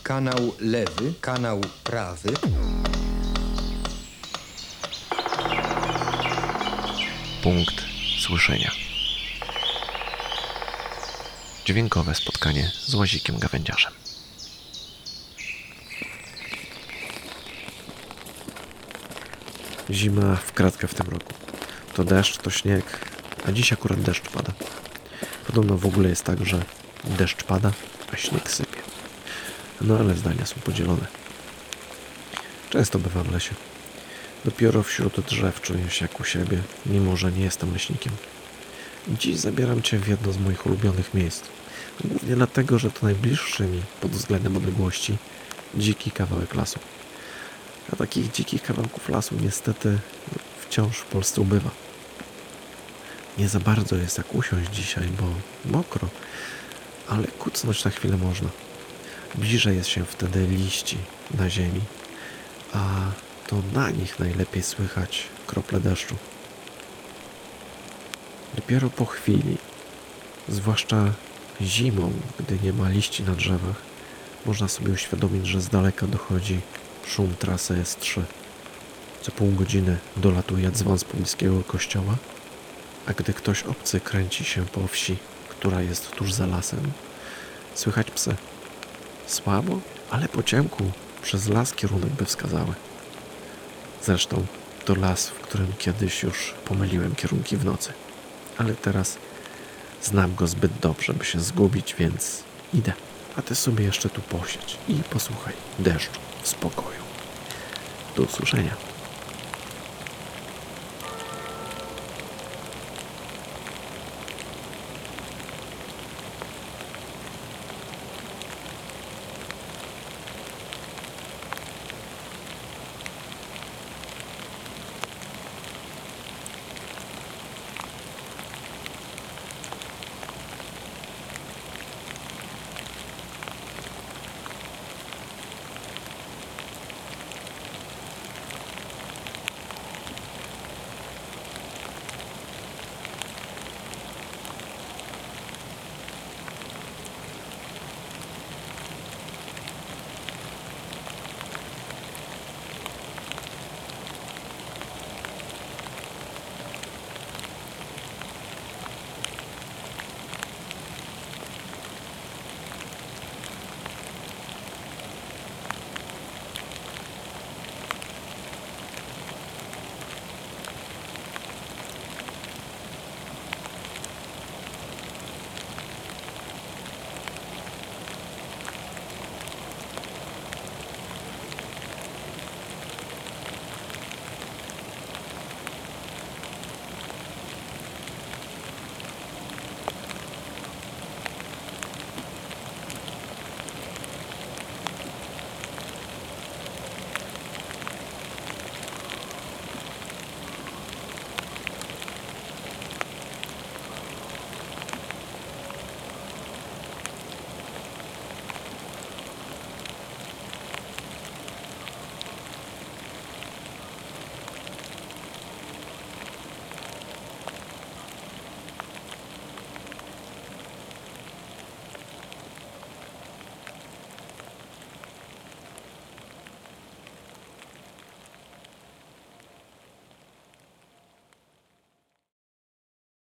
kanał lewy, kanał prawy. Punkt słyszenia. Dźwiękowe spotkanie z Łazikiem Gawędziarzem. Zima w kratkę w tym roku. To deszcz, to śnieg, a dziś akurat deszcz pada. Podobno w ogóle jest tak, że deszcz pada, a śnieg sypie. No ale zdania są podzielone. Często bywam w lesie. Dopiero wśród drzew czuję się jak u siebie, mimo że nie jestem leśnikiem. Dziś zabieram Cię w jedno z moich ulubionych miejsc. Głównie dlatego, że to najbliższy mi pod względem odległości dziki kawałek lasu. A takich dzikich kawałków lasu niestety wciąż w Polsce ubywa. Nie za bardzo jest jak usiąść dzisiaj, bo mokro, ale kucnąć na chwilę można. Bliżej jest się wtedy liści na ziemi, a to na nich najlepiej słychać krople deszczu. Dopiero po chwili, zwłaszcza zimą, gdy nie ma liści na drzewach, można sobie uświadomić, że z daleka dochodzi szum trasy S3. Co pół godziny dolatuje dzwon z pobliskiego kościoła, a gdy ktoś obcy kręci się po wsi, która jest tuż za lasem, słychać psy. Słabo, ale po ciemku przez las kierunek by wskazały. Zresztą to las, w którym kiedyś już pomyliłem kierunki w nocy. Ale teraz znam go zbyt dobrze, by się zgubić, więc idę. A ty sobie jeszcze tu posiedź i posłuchaj deszczu w spokoju. Do usłyszenia.